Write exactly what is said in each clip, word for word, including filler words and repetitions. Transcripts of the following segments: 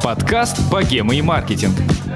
Подкаст «Богема и маркетинг».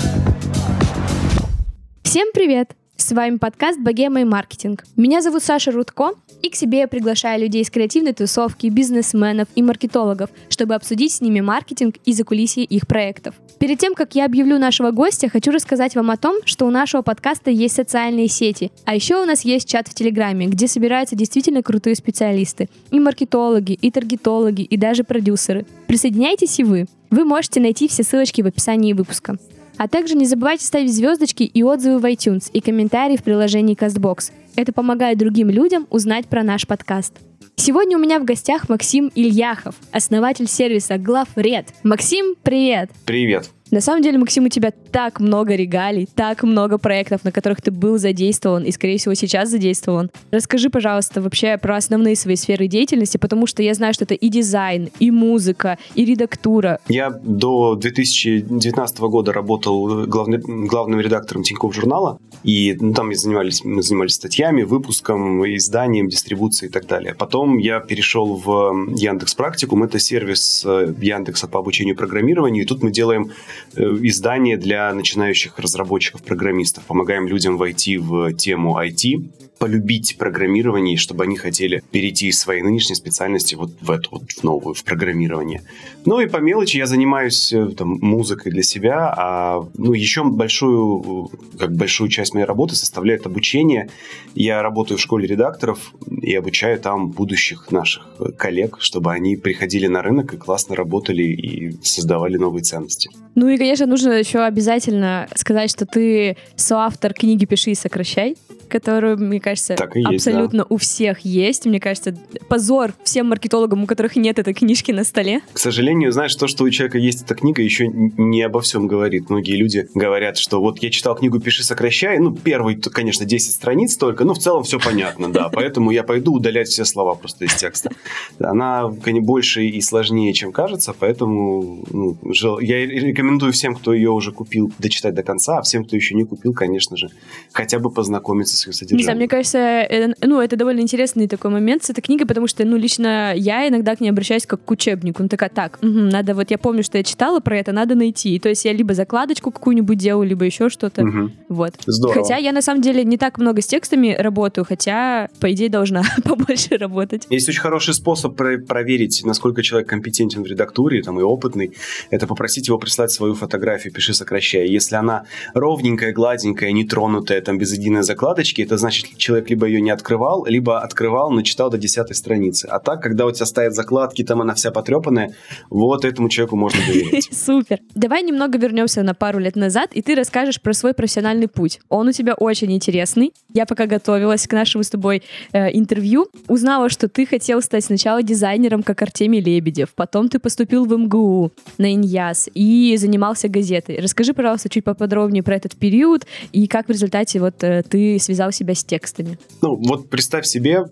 Всем привет! С вами подкаст «Богема и маркетинг». Меня зовут Саша Рудко, и к себе я приглашаю людей из креативной тусовки, бизнесменов и маркетологов, чтобы обсудить с ними маркетинг и закулисье их проектов. Перед тем, как я объявлю нашего гостя, хочу рассказать вам о том, что у нашего подкаста есть социальные сети, а еще у нас есть чат в Телеграме, где собираются действительно крутые специалисты, и маркетологи, и таргетологи, и даже продюсеры. Присоединяйтесь и вы. Вы можете найти все ссылочки в описании выпуска. А также не забывайте ставить звездочки и отзывы в iTunes и комментарии в приложении CastBox. Это помогает другим людям узнать про наш подкаст. Сегодня у меня в гостях Максим Ильяхов, основатель сервиса Главред. Максим, привет! Привет! На самом деле, Максим, у тебя так много регалий, так много проектов, на которых ты был задействован и, скорее всего, сейчас задействован. Расскажи, пожалуйста, вообще про основные свои сферы деятельности, потому что я знаю, что это и дизайн, и музыка, и редактура. Я до две тысячи девятнадцатого года работал главным, главным редактором Тинькофф журнала, и ну, там мы занимались, мы занимались статьями, выпуском, изданием, дистрибуцией и так далее. Потом я перешел в Яндекс.Практикум, это сервис Яндекса по обучению программированию, и тут мы делаем издание для начинающих разработчиков-программистов. Помогаем людям войти в тему ай ти, полюбить программирование, чтобы они хотели перейти из своей нынешней специальности вот в эту вот в новую, в программирование. Ну и по мелочи я занимаюсь там, музыкой для себя, а ну, еще большую, как большую часть моей работы составляет обучение. Я работаю в школе редакторов и обучаю там будущих наших коллег, чтобы они приходили на рынок и классно работали и создавали новые ценности. Ну и, конечно, нужно еще обязательно сказать, что ты соавтор книги «Пиши и сокращай», которую, мне кажется, есть, абсолютно да. у всех есть. Мне кажется, позор всем маркетологам, у которых нет этой книжки на столе. К сожалению, знаешь, то, что у человека есть эта книга, еще не обо всем говорит. Многие люди говорят, что вот я читал книгу «Пиши, сокращай», ну, первые, конечно, десять страниц только, но в целом все понятно, да, поэтому я пойду удалять все слова просто из текста. Она, конечно, больше и сложнее, чем кажется, поэтому ну, я рекомендую всем, кто ее уже купил, дочитать до конца, а всем, кто еще не купил, конечно же, хотя бы познакомиться с ее содержанием. Не знаю, мне кажется, это, ну, это довольно интересный такой момент с этой книгой, потому что, ну, лично я иногда к ней обращаюсь как к учебнику. Ну, такая, так, угу, надо, вот я помню, что я читала про это, надо найти. То есть я либо закладочку какую-нибудь делаю, либо еще что-то. Угу. Вот. Здорово. Хотя я, на самом деле, не так много с текстами работаю, хотя, по идее, должна побольше работать. Есть очень хороший способ про- проверить, насколько человек компетентен в редактуре, там, и опытный. Это попросить его прислать свою фотографию, пиши, сокращай. Если она ровненькая, гладенькая, нетронутая, там, без единой закладочки, это значит, человек либо ее не открывал, либо открывал, но читал до десятой страницы. А так, когда у тебя стоят закладки, там она вся потрепанная, вот этому человеку можно доверять. Супер. Давай немного вернемся на пару лет назад, и ты расскажешь про свой профессиональный путь. Он у тебя очень интересный. Я пока готовилась к нашему с тобой э, интервью, узнала, что ты хотел стать сначала дизайнером, как Артемий Лебедев, потом ты поступил в эм гэ у на ИНЯС и занимался газетой. Расскажи, пожалуйста, чуть поподробнее про этот период и как в результате вот э, ты связал себя с текстами. Ну, вот представь себе,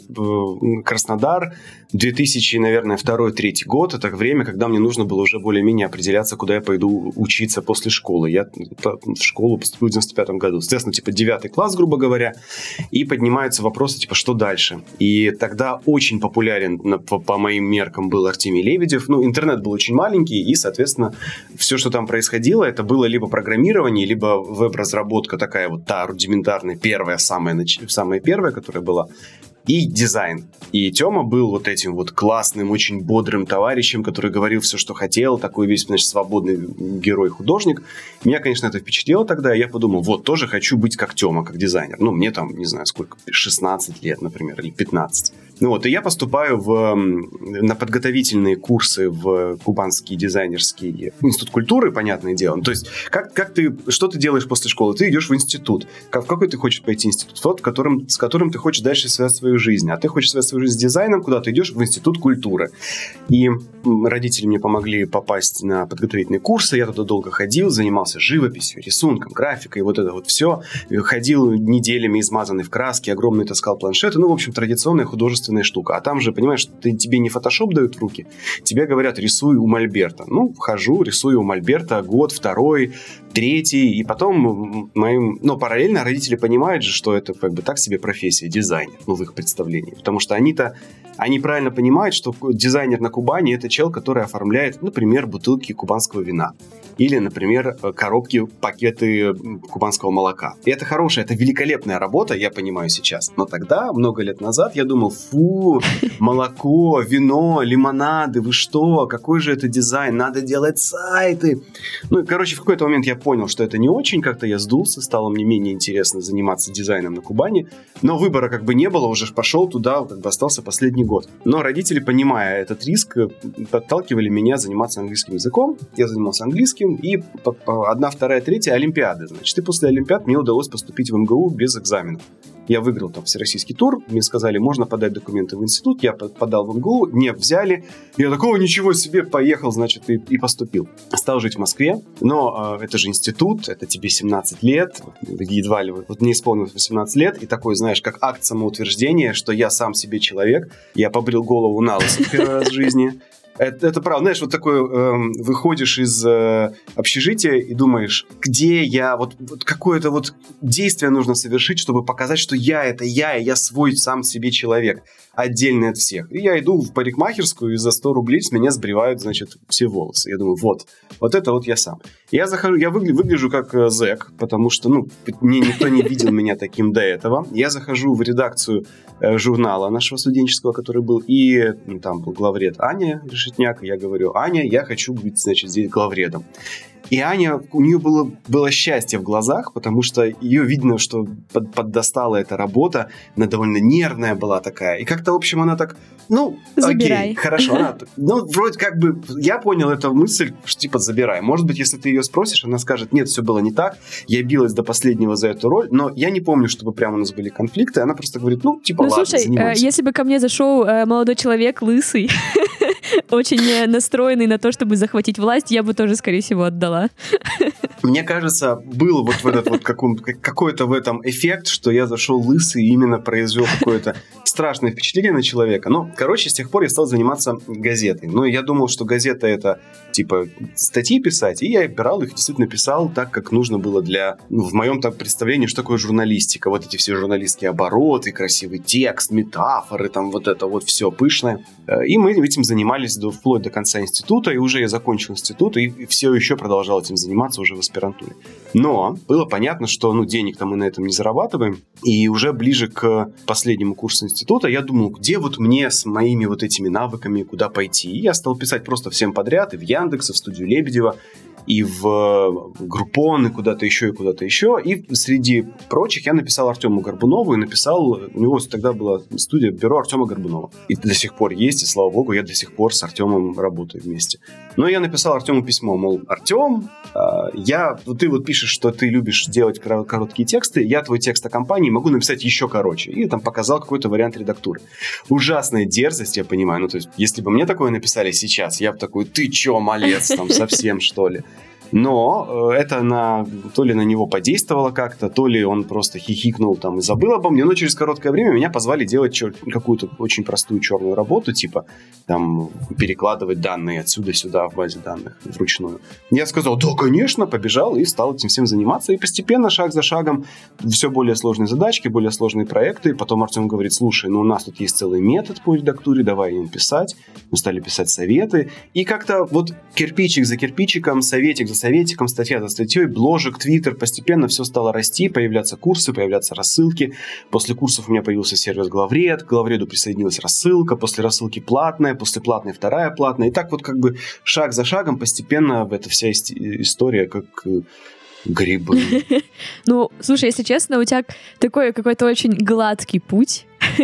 Краснодар, две тысячи, наверное, второй-третий год, это время, когда мне нужно было уже более-менее определяться, куда я пойду учиться после школы. Я в школу поступил в девяносто пятом году. Соответственно, типа девятый класс, грубо говоря, и поднимаются вопросы, типа, что дальше? И тогда очень популярен, по, по моим меркам, был Артемий Лебедев. Ну, интернет был очень маленький, и, соответственно, все, что там происходило, это было либо программирование, либо веб-разработка такая вот та рудиментарная, первая, самая, самая первая, которая была, и дизайн. И Тёма был вот этим вот классным, очень бодрым товарищем, который говорил все, что хотел, такой весь, значит, свободный герой-художник. Меня, конечно, это впечатлило тогда, и я подумал, вот, тоже хочу быть как Тёма, как дизайнер. Ну, мне там, не знаю, сколько, шестнадцать лет, например, или пятнадцать. Ну вот, и я поступаю в, на подготовительные курсы в Кубанский дизайнерский институт культуры, понятное дело. Ну, то есть, как, как ты, что ты делаешь после школы? Ты идешь в институт. Как, в какой ты хочешь пойти институт? Тот, которым, с которым ты хочешь дальше связать свою жизнь. А ты хочешь связать свою жизнь с дизайном, куда ты идешь в институт культуры. И родители мне помогли попасть на подготовительные курсы. Я туда долго ходил, занимался живописью, рисунком, графикой, вот это вот все. Ходил неделями измазанный в краске, огромный таскал планшеты. Ну, в общем, традиционная художественная качественная штука. А там же, понимаешь, ты, тебе не фотошоп дают в руки, тебе говорят, рисуй у мольберта. Ну, вхожу, рисую у мольберта год, второй, третий, и потом моим... Ну, параллельно родители понимают же, что это как бы так себе профессия, дизайнер, ну, в их представлении. Потому что они-то, они правильно понимают, что дизайнер на Кубани — это чел, который оформляет, например, бутылки кубанского вина. Или, например, коробки, пакеты кубанского молока. И это хорошая, это великолепная работа, я понимаю сейчас. Но тогда, много лет назад, я думал, фу, молоко, вино, лимонады, вы что, какой же это дизайн, надо делать сайты. Ну, короче, в какой-то момент я понял, что это не очень, как-то я сдулся, стало мне менее интересно заниматься дизайном на Кубани. Но выбора как бы не было, уже пошел туда, как бы остался последний год. Но родители, понимая этот риск, подталкивали меня заниматься английским языком. Я занимался английским. И одна, вторая, третья олимпиады. Значит, и после олимпиад мне удалось поступить в эм гэ у без экзаменов. Я выиграл там всероссийский тур, мне сказали, можно подать документы в институт, я подал в эм гэ у, не взяли. Я такого, ничего себе, поехал, значит, и, и поступил. Стал жить в Москве, но э, это же институт, это тебе семнадцать лет, едва ли, вот мне исполнилось восемнадцать лет, и такой, знаешь, как акт самоутверждения, что я сам себе человек, я побрил голову на лысо в первый раз в жизни. Это, это правда. Знаешь, вот такой э, выходишь из э, общежития и думаешь, где я, вот, вот какое-то вот действие нужно совершить, чтобы показать, что я это я, и я свой сам себе человек, отдельный от всех. И я иду в парикмахерскую, и за сто рублей с меня сбривают, значит, все волосы. Я думаю, вот, вот это вот я сам. Я захожу, я выгля- выгляжу как э, зэк, потому что, ну, мне никто не видел меня таким до этого. Я захожу в редакцию э, журнала нашего студенческого, который был, и ну, там был главред Аня Решетняк, и я говорю, Аня, я хочу быть, значит, здесь главредом. И Аня, у нее было, было счастье в глазах, потому что ее видно, что под, поддостала эта работа, она довольно нервная была такая. И как-то, в общем, она так, ну, забирай. Окей, хорошо. Она, ну, вроде как бы, я понял эту мысль, что типа забирай. Может быть, если ты ее спросишь, она скажет, нет, все было не так, я билась до последнего за эту роль, но я не помню, чтобы прямо у нас были конфликты. Она просто говорит, ну, типа, ну, ладно, слушай, занимайся. Э, если бы ко мне зашел э, молодой человек, лысый, очень настроенный на то, чтобы захватить власть, я бы тоже, скорее всего, отдала. Мне кажется, был вот в этот вот каком, какой-то в этом эффект, что я зашел лысый и именно произвел какое-то страшное впечатление на человека. Ну, короче, с тех пор я стал заниматься газетой. Ну, я думал, что газета — это, типа, статьи писать, и я брал их, действительно писал так, как нужно было для, ну, в моем так представлении, что такое журналистика. Вот эти все журналистские обороты, красивый текст, метафоры, там вот это вот все пышное. И мы этим занимались до, вплоть до конца института, и уже я закончил институт, и все еще продолжал этим заниматься уже в аспирантуре. Но было понятно, что, ну, денег-то мы на этом не зарабатываем, и уже ближе к последнему курсу института я думал, где вот мне с моими вот этими навыками, куда пойти. И я стал писать просто всем подряд, и в Яндекс, и в студию Лебедева, и в Группон, и куда-то еще, и куда-то еще. И среди прочих я написал Артему Горбунову, и написал, у него тогда была студия, бюро Артема Горбунова. И до сих пор есть, и слава богу, я до сих пор с Артемом работаю вместе. Но я написал Артему письмо, мол, Артем, я, ты вот пишешь, что ты любишь делать короткие тексты, я твой текст о компании могу написать еще короче. И там показал какой-то вариант редактуры. Ужасная дерзость, я понимаю. Ну, то есть, если бы мне такое написали сейчас, я бы такой, ты че, малец, там, совсем, что ли? Но это на, то ли на него подействовало как-то, то ли он просто хихикнул там и забыл обо мне. Но через короткое время меня позвали делать чер- какую-то очень простую черную работу, типа там перекладывать данные отсюда сюда в базе данных вручную. Я сказал, да, конечно, побежал и стал этим всем заниматься. И постепенно, шаг за шагом, все более сложные задачки, более сложные проекты. Потом Артем говорит, слушай, ну у нас тут есть целый метод по редактуре, давай им писать. Мы стали писать советы. И как-то вот кирпичик за кирпичиком, советик за советиком, статья за статьей, бложек, твиттер, постепенно все стало расти, появляться курсы, появляться рассылки. После курсов у меня появился сервис Главред, к Главреду присоединилась рассылка, после рассылки платная, после платной вторая платная. И так вот как бы шаг за шагом постепенно эта вся история как грибы. Ну, слушай, если честно, у тебя такой какой-то очень гладкий путь.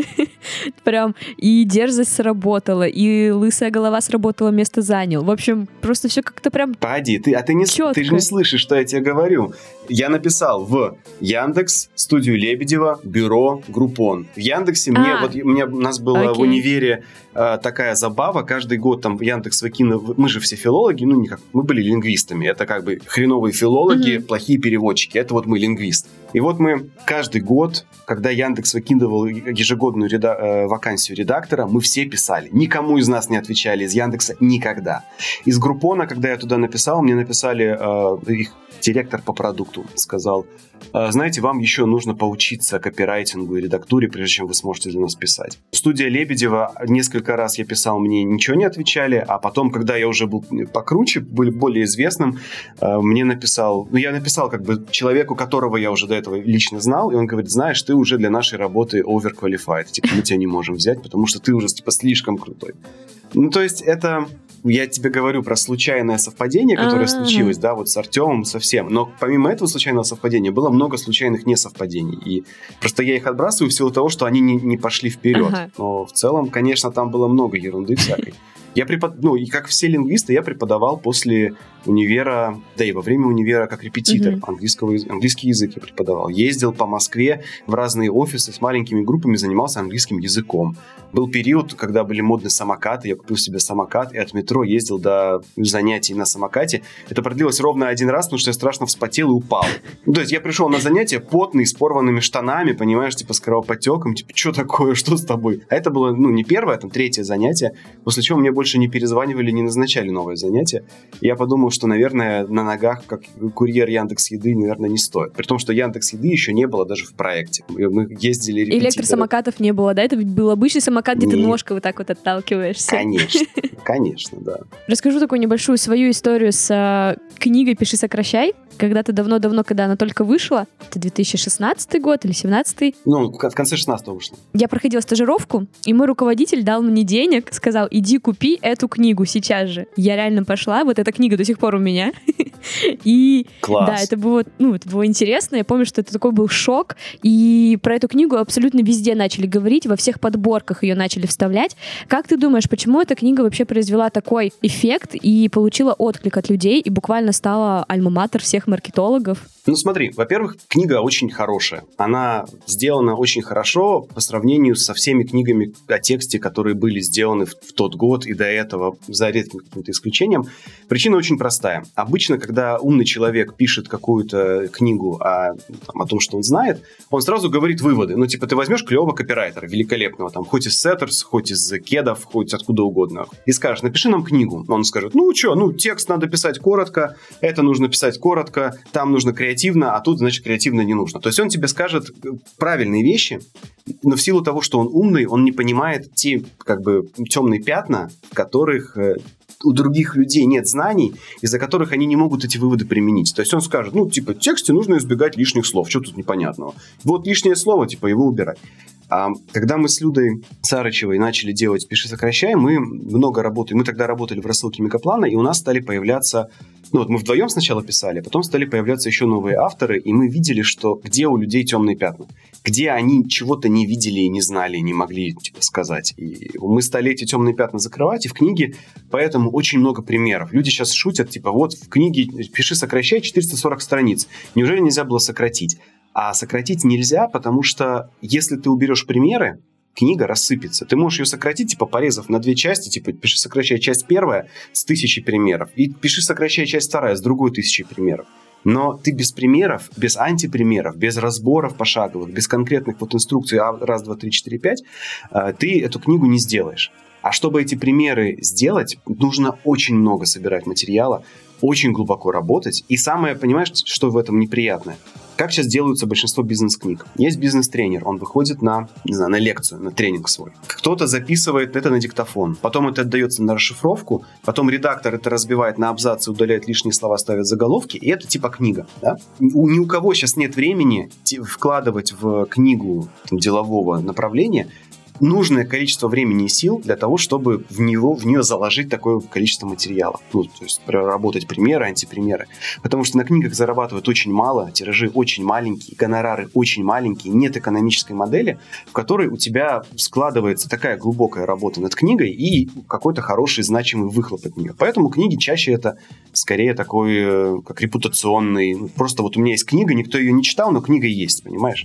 Прям и дерзость сработала, и лысая голова сработала, место занял. В общем, просто все как-то прям Погоди, ты, а ты, не, ты же не слышишь, что я тебе говорю. Я написал в Яндекс, студию Лебедева, бюро, Группон. В Яндексе мне, а, вот мне, у нас была окей. в универе а, такая забава. Каждый год там Яндекс выкинул, мы же все филологи, ну никак, мы были лингвистами. Это как бы хреновые филологи, угу. плохие переводчики. Это вот мы лингвисты. И вот мы каждый год, когда Яндекс выкидывал ежегодную реда- э, вакансию редактора, мы все писали. Никому из нас не отвечали из Яндекса никогда. Из Группона, когда я туда написал, мне написали э, их директор по продукту, сказал: знаете, вам еще нужно поучиться копирайтингу и редактуре, прежде чем вы сможете для нас писать. Студия Лебедева, несколько раз я писал, мне ничего не отвечали, а потом, когда я уже был покруче, был более известным, мне написал, ну я написал как бы человеку, которого я уже до этого лично знал, и он говорит: знаешь, ты уже для нашей работы overqualified, типа мы тебя не можем взять, потому что ты уже типа слишком крутой. Ну то есть это... Я тебе говорю про случайное совпадение, которое А-а-а. случилось, да, вот с Артемом совсем. Но помимо этого случайного совпадения было много случайных несовпадений. И просто я их отбрасываю в силу того, что они не, не пошли вперед. Ага. Но в целом, конечно, там было много ерунды всякой. Я препод... Ну, и как все лингвисты, я преподавал после универа, да и во время универа как репетитор mm-hmm. английского, английский язык я преподавал. Ездил по Москве в разные офисы с маленькими группами, занимался английским языком. Был период, когда были модны самокаты, я купил себе самокат и от метро ездил до занятий на самокате. Это продлилось ровно один раз, потому что я страшно вспотел и упал. Ну, то есть я пришел на занятие потный, с порванными штанами, понимаешь, типа с кровоподтеком, типа, что такое, что с тобой? А это было, ну, не первое, там, третье занятие, после чего мне больше не перезванивали, не назначали новое занятие. Я подумал, что, наверное, на ногах, как курьер Яндекс.Еды, наверное, не стоит. При том, что Яндекс.Еды еще не было даже в проекте. Мы ездили репетиторы. Электросамокатов не было, да? Это ведь был обычный самокат, где Нет. ты ножкой вот так вот отталкиваешься. Конечно, конечно, да. Расскажу такую небольшую свою историю с э, книгой «Пиши, сокращай». Когда-то давно-давно, когда она только вышла, это две тысячи шестнадцатый год или семнадцатый. Ну, в конце шестнадцатого вышла. Я проходила стажировку, и мой руководитель дал мне денег, сказал: иди купи эту книгу сейчас же. Я реально пошла, вот эта книга до сих пор у меня. И Класс. Да, это было, ну, это было интересно. Я помню, что это такой был шок. И про эту книгу абсолютно везде начали говорить, во всех подборках ее начали вставлять. Как ты думаешь, почему эта книга вообще произвела такой эффект и получила отклик от людей и буквально стала альма-матер всех маркетологов? Ну смотри, во-первых, книга очень хорошая. Она сделана очень хорошо по сравнению со всеми книгами о тексте, которые были сделаны в, в тот год и до этого, за редким каким-то исключением. Причина очень простая. Обычно, когда умный человек пишет какую-то книгу о, там, о том, что он знает, он сразу говорит выводы. Ну типа ты возьмешь клевого копирайтера, великолепного, там, хоть из Сеттерс, хоть из Кедов, хоть откуда угодно, и скажешь: напиши нам книгу. Он скажет: ну что, ну текст надо писать коротко, это нужно писать коротко, там нужно креативно, а тут, значит, креативно не нужно. То есть он тебе скажет правильные вещи, но в силу того, что он умный, он не понимает те, как бы, темные пятна, в которых э, у других людей нет знаний, из-за которых они не могут эти выводы применить. То есть он скажет: ну, типа, в тексте нужно избегать лишних слов, что тут непонятного? Вот лишнее слово, типа, его убирать. А когда мы с Людой Сарычевой начали делать «Пиши, сокращай», мы много работали. Мы тогда работали в рассылке Мегаплана, и у нас стали появляться... Ну вот мы вдвоем сначала писали, а потом стали появляться еще новые авторы, и мы видели, что где у людей темные пятна. Где они чего-то не видели, не знали, не могли типа, сказать. И мы стали эти темные пятна закрывать, и в книге поэтому очень много примеров. Люди сейчас шутят, типа, вот в книге «Пиши, сокращай» четыреста сорок страниц. Неужели нельзя было сократить? А сократить нельзя, потому что если ты уберешь примеры, книга рассыпется. Ты можешь ее сократить, типа, порезав на две части, типа, пиши, сокращай часть первая с тысячей примеров, и пиши, сокращай часть вторая с другой тысячей примеров. Но ты без примеров, без антипримеров, без разборов пошаговых, без конкретных вот инструкций раз, два, три, четыре, пять, ты эту книгу не сделаешь. А чтобы эти примеры сделать, нужно очень много собирать материала, очень глубоко работать. И самое, понимаешь, что в этом неприятное? Как сейчас делаются большинство бизнес-книг? Есть бизнес-тренер, он выходит на, не знаю, на лекцию, на тренинг свой. Кто-то записывает это на диктофон, потом это отдается на расшифровку, потом редактор это разбивает на абзацы, удаляет лишние слова, ставит заголовки, и это типа книга. Да? У, ни у кого сейчас нет времени вкладывать в книгу там, делового направления нужное количество времени и сил для того, чтобы в него, в нее заложить такое количество материала. Ну, то есть проработать примеры, антипримеры. Потому что на книгах зарабатывают очень мало, тиражи очень маленькие, гонорары очень маленькие, нет экономической модели, в которой у тебя складывается такая глубокая работа над книгой и какой-то хороший, значимый выхлоп от нее. Поэтому книги чаще это скорее такой, как репутационный. Просто вот у меня есть книга, никто ее не читал, но книга есть, понимаешь?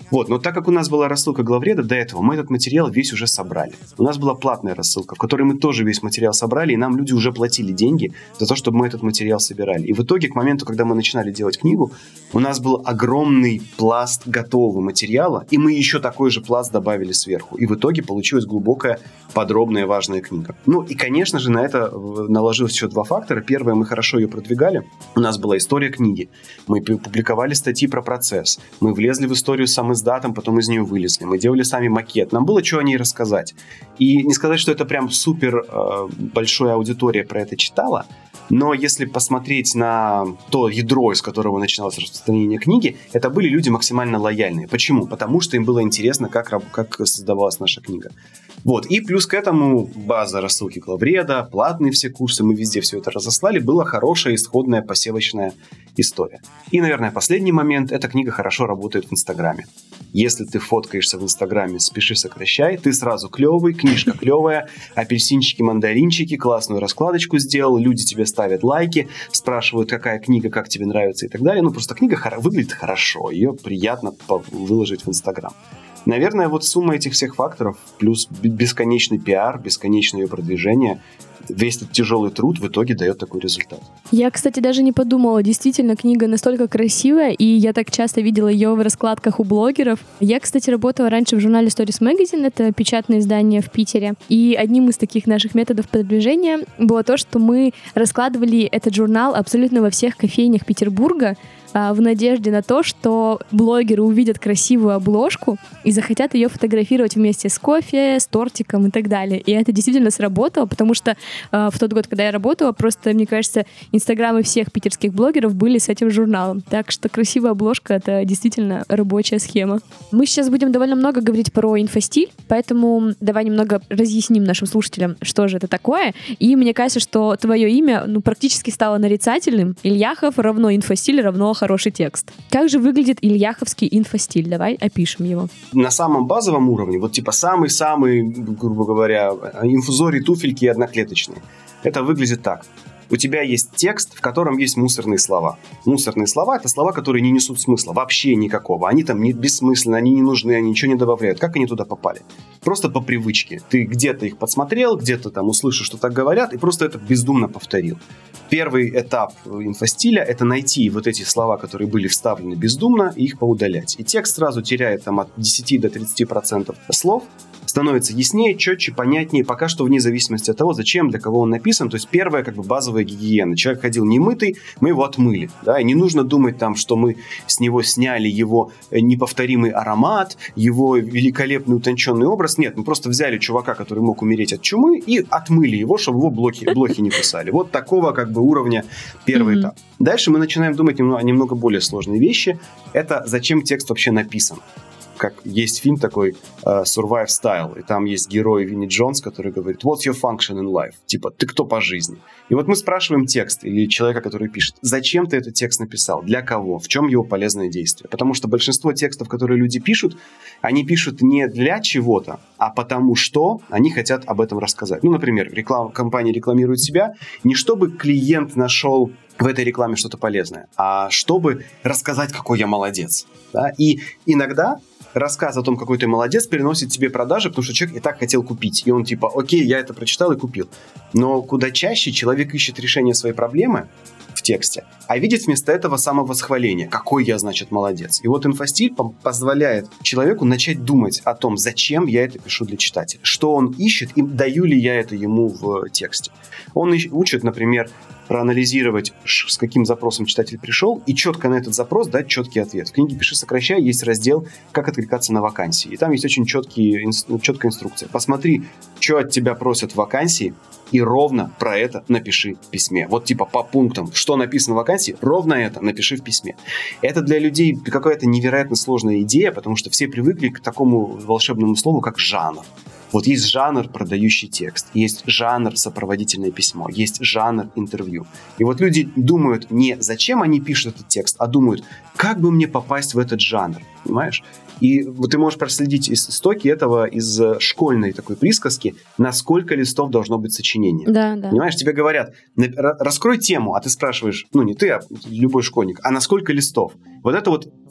Вот, но так как у нас была рассылка главреда до этого, мы этот материал весь уже собрали. У нас была платная рассылка, в которой мы тоже весь материал собрали, и нам люди уже платили деньги за то, чтобы мы этот материал собирали. И в итоге, к моменту, когда мы начинали делать книгу, у нас был огромный пласт готового материала, и мы еще такой же пласт добавили сверху. И в итоге получилась глубокая, подробная, важная книга. Ну и, конечно же, на это наложилось еще два фактора. Первое, мы хорошо ее продвигали. У нас была история книги. Мы публиковали статьи про процесс. Мы влезли в историю сам издатом, потом из нее вылезли. Мы делали сами макет. Нам было что о ней рассказать. И не сказать, что это прям супер э, большая аудитория про это читала, но если посмотреть на то ядро, из которого начиналось распространение книги, это были люди максимально лояльные. Почему? Потому что им было интересно, как, как создавалась наша книга. Вот. И плюс к этому база рассылки главреда, платные все курсы, мы везде все это разослали. Была хорошая исходная посевочная история. И, наверное, последний момент. Эта книга хорошо работает в Инстаграме. Если ты фоткаешься в Инстаграме, спеши, сокращай, ты сразу клевый, книжка клевая, апельсинчики, мандаринчики, классную раскладочку сделал, люди тебе ставят лайки, спрашивают, какая книга, как тебе нравится и так далее. Ну, просто книга хор- выглядит хорошо, ее приятно выложить в Инстаграм. Наверное, вот сумма этих всех факторов, плюс бесконечный пиар, бесконечное ее продвижение, весь этот тяжелый труд в итоге дает такой результат. Я, кстати, даже не подумала. Действительно, книга настолько красивая, и я так часто видела ее в раскладках у блогеров. Я, кстати, работала раньше в журнале Stories Magazine, это печатное издание в Питере, и одним из таких наших методов продвижения было то, что мы раскладывали этот журнал абсолютно во всех кофейнях Петербурга, в надежде на то, что блогеры увидят красивую обложку и захотят ее фотографировать вместе с кофе, с тортиком и так далее. И это действительно сработало, потому что э, в тот год, когда я работала, просто, мне кажется, инстаграмы всех питерских блогеров были с этим журналом. Так что красивая обложка — это действительно рабочая схема. Мы сейчас будем довольно много говорить про инфостиль, поэтому давай немного разъясним нашим слушателям, что же это такое. И мне кажется, что твое имя ну, практически стало нарицательным. Ильяхов равно инфостиль равно хороший текст. Как же выглядит ильяховский инфостиль? Давай опишем его. На самом базовом уровне, вот типа самый-самый, грубо говоря, инфузорий, туфельки одноклеточные. Это выглядит так. У тебя есть текст, в котором есть мусорные слова. Мусорные слова — это слова, которые не несут смысла, вообще никакого. Они там не бессмысленны, они не нужны, они ничего не добавляют. Как они туда попали? Просто по привычке. Ты где-то их подсмотрел, где-то там услышал, что так говорят, и просто это бездумно повторил. Первый этап инфостиля — это найти вот эти слова, которые были вставлены бездумно, и их поудалять. И текст сразу теряет там от десяти до тридцати процентов слов, становится яснее, четче, понятнее, пока что вне зависимости от того, зачем, для кого он написан. То есть первая как бы базовая гигиена. Человек ходил немытый, мы его отмыли. Да? И не нужно думать, там, что мы с него сняли его неповторимый аромат, его великолепный утонченный образ. Нет, мы просто взяли чувака, который мог умереть от чумы, и отмыли его, чтобы его блохи, блохи не кусали. Вот такого как бы уровня первый mm-hmm. этап. Дальше мы начинаем думать немного, немного более сложные вещи. Это зачем текст вообще написан. Как есть фильм такой uh, Survive Style, и там есть герой Винни Джонс, который говорит «What's your function in life?» Типа «Ты кто по жизни?» И вот мы спрашиваем текст или человека, который пишет, зачем ты этот текст написал, для кого, в чем его полезное действие. Потому что большинство текстов, которые люди пишут, они пишут не для чего-то, а потому что они хотят об этом рассказать. Ну, например, реклам... компания рекламирует себя не чтобы клиент нашел в этой рекламе что-то полезное, а чтобы рассказать, какой я молодец. Да? И иногда рассказ о том, какой ты молодец, переносит тебе продажи, потому что человек и так хотел купить. И он типа, окей, я это прочитал и купил. Но куда чаще человек ищет решение своей проблемы в тексте, а видит вместо этого самовосхваление. Какой я, значит, молодец. И вот инфостиль позволяет человеку начать думать о том, зачем я это пишу для читателя. Что он ищет и даю ли я это ему в тексте. Он учит, например, проанализировать, с каким запросом читатель пришел, и четко на этот запрос дать четкий ответ. В книге «Пиши, сокращай» есть раздел «Как откликаться на вакансии». И там есть очень четкие, четкая инструкция. Посмотри, что от тебя просят в вакансии, и ровно про это напиши в письме. Вот типа по пунктам, что написано в вакансии, ровно это напиши в письме. Это для людей какая-то невероятно сложная идея, потому что все привыкли к такому волшебному слову, как жанр. Вот есть жанр продающий текст, есть жанр сопроводительное письмо, есть жанр интервью. И вот люди думают не зачем они пишут этот текст, а думают, как бы мне попасть в этот жанр, понимаешь? И вот ты можешь проследить истоки этого из школьной такой присказки, на сколько листов должно быть сочинение. Да, да. Понимаешь, тебе говорят, раскрой тему, а ты спрашиваешь, ну не ты, а любой школьник, а на сколько листов? Вот это вот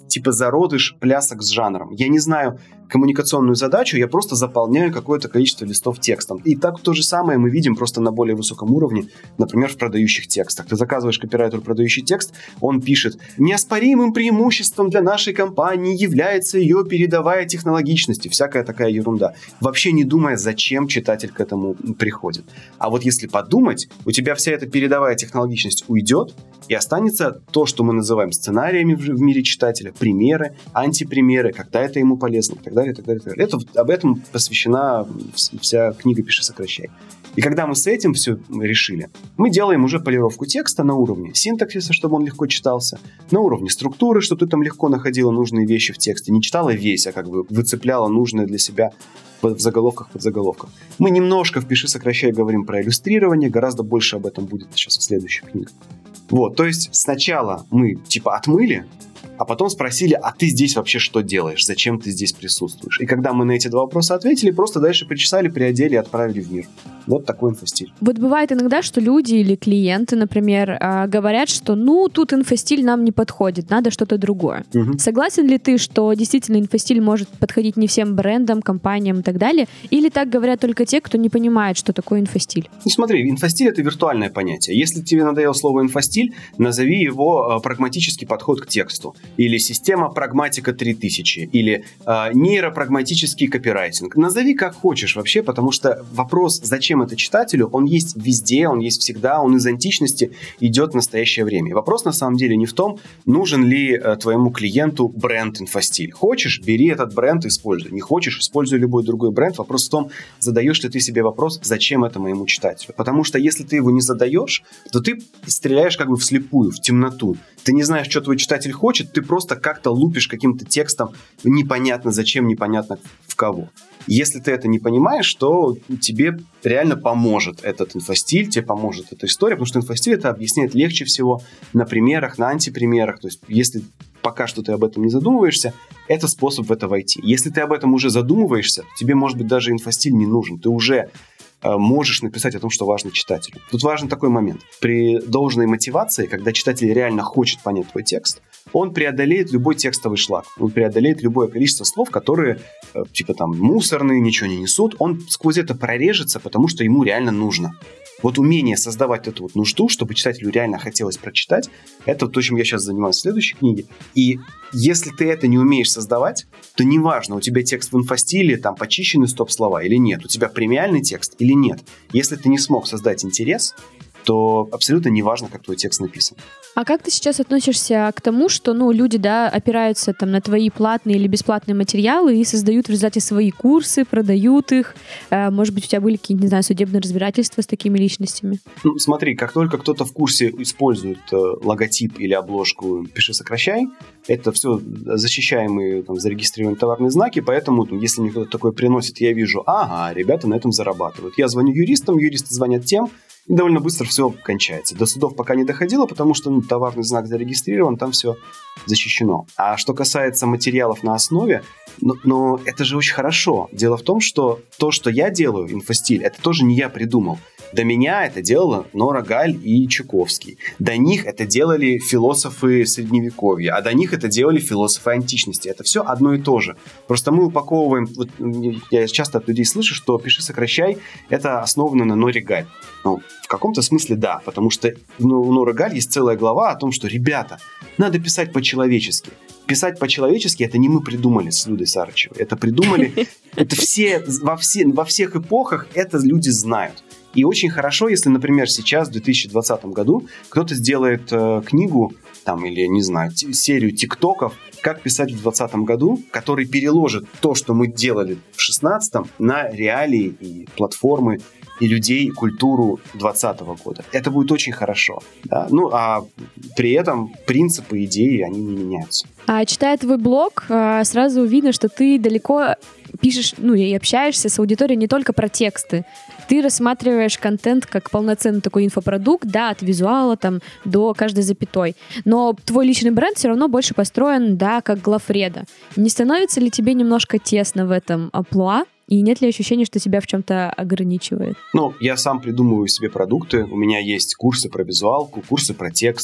типа зародыш плясок с жанром. Я не знаю коммуникационную задачу, я просто заполняю какое-то количество листов текстом. И так то же самое мы видим просто на более высоком уровне, например, в продающих текстах. Ты заказываешь копирайтеру продающий текст, он пишет: неоспоримым преимуществом для нашей компании является ее передовая технологичность и всякая такая ерунда. Вообще не думая, зачем читатель к этому приходит. А вот если подумать, у тебя вся эта передовая технологичность уйдет, и останется то, что мы называем сценариями в мире читателя, примеры, антипримеры, когда это ему полезно, и так далее, и так далее, и так далее. Это, об этом посвящена вся книга «Пиши, сокращай». И когда мы с этим все решили, мы делаем уже полировку текста на уровне синтаксиса, чтобы он легко читался, на уровне структуры, чтобы ты там легко находила нужные вещи в тексте, не читала весь, а как бы выцепляла нужное для себя в заголовках, под заголовках. Мы немножко в «Пиши, сокращай» говорим про иллюстрирование, гораздо больше об этом будет сейчас в следующих книгах. Вот, то есть сначала мы типа отмыли, а потом спросили: а ты здесь вообще что делаешь? Зачем ты здесь присутствуешь? И когда мы на эти два вопроса ответили, просто дальше причесали, приодели и отправили в мир. Вот такой инфостиль. Вот бывает иногда, что люди или клиенты, например, говорят, что ну, тут инфостиль нам не подходит, надо что-то другое. Угу. Согласен ли ты, что действительно инфостиль может подходить не всем брендам, компаниям и так далее? Или так говорят только те, кто не понимает, что такое инфостиль? Ну смотри, инфостиль — это виртуальное понятие. Если тебе надоело слово инфостиль, назови его прагматический подход к тексту. Или система прагматика три тысячи. Или э, нейропрагматический копирайтинг. Назови как хочешь вообще, потому что вопрос, зачем это читателю, он есть везде, он есть всегда, он из античности идет в настоящее время. И вопрос на самом деле не в том, нужен ли э, твоему клиенту бренд инфостиль. Хочешь, бери этот бренд и используй. Не хочешь, используй любой другой бренд. Вопрос в том, задаешь ли ты себе вопрос, зачем это моему читателю. Потому что если ты его не задаешь, то ты стреляешь как бы вслепую, в темноту. Ты не знаешь, что твой читатель хочет, ты просто как-то лупишь каким-то текстом непонятно зачем, непонятно в кого. Если ты это не понимаешь, то тебе реально поможет этот инфостиль, тебе поможет эта история, потому что инфостиль это объясняет легче всего на примерах, на антипримерах. То есть если пока что ты об этом не задумываешься, это способ в это войти. Если ты об этом уже задумываешься, тебе, может быть, даже инфостиль не нужен. Ты уже можешь написать о том, что важно читателю. Тут важен такой момент. При должной мотивации, когда читатель реально хочет понять твой текст, он преодолеет любой текстовый шлак. Он преодолеет любое количество слов, которые типа там мусорные, ничего не несут. Он сквозь это прорежется, потому что ему реально нужно. Вот умение создавать эту вот нужду, чтобы читателю реально хотелось прочитать, это то, чем я сейчас занимаюсь в следующей книге. И если ты это не умеешь создавать, то неважно, у тебя текст в инфостиле, там почищены стоп-слова или нет, у тебя премиальный текст или нет. Если ты не смог создать интерес, то абсолютно неважно, как твой текст написан. А как ты сейчас относишься к тому, что ну, люди да, опираются там, на твои платные или бесплатные материалы и создают в результате свои курсы, продают их? Может быть, у тебя были какие-то, не знаю, судебные разбирательства с такими личностями? Ну, смотри, как только кто-то в курсе использует э, логотип или обложку «Пиши, сокращай», это все защищаемые, там, зарегистрированные товарные знаки, поэтому, там, если мне кто-то такое приносит, я вижу, ага, ребята на этом зарабатывают. Я звоню юристам, юристы звонят тем, и довольно быстро все кончается. До судов пока не доходило, потому что ну, товарный знак зарегистрирован, там все защищено. А что касается материалов на основе, но, но это же очень хорошо. Дело в том, что то, что я делаю, инфостиль, это тоже не я придумал. До меня это делала Нора Галь и Чуковский. До них это делали философы Средневековья, а до них это делали философы античности. Это все одно и то же. Просто мы упаковываем... Вот, я часто от людей слышу, что «Пиши, сокращай» — это основано на Норе Галь. Ну, в каком-то смысле да, потому что ну, у Норы Галь есть целая глава о том, что, ребята, надо писать по-человечески. Писать по-человечески — это не мы придумали с Людой Сарычевой. Это придумали... Это все во, все... во всех эпохах это люди знают. И очень хорошо, если, например, сейчас, в две тысячи двадцатом году, кто-то сделает э, книгу, там, или, не знаю, т- серию тиктоков, как писать в двадцатом году, который переложит то, что мы делали в шестнадцатом, на реалии и платформы, и людей, и культуру двадцатого года. Это будет очень хорошо. Да? Ну, а при этом принципы, идеи, они не меняются. А, читая твой блог, сразу видно, что ты далеко пишешь, ну, и общаешься с аудиторией не только про тексты. Ты рассматриваешь контент как полноценный такой инфопродукт, да, от визуала там до каждой запятой. Но твой личный бренд все равно больше построен, да, как главреда. Не становится ли тебе немножко тесно в этом амплуа? И нет ли ощущения, что тебя в чем-то ограничивает? Ну, я сам придумываю себе продукты. У меня есть курсы про визуалку, курсы про текст.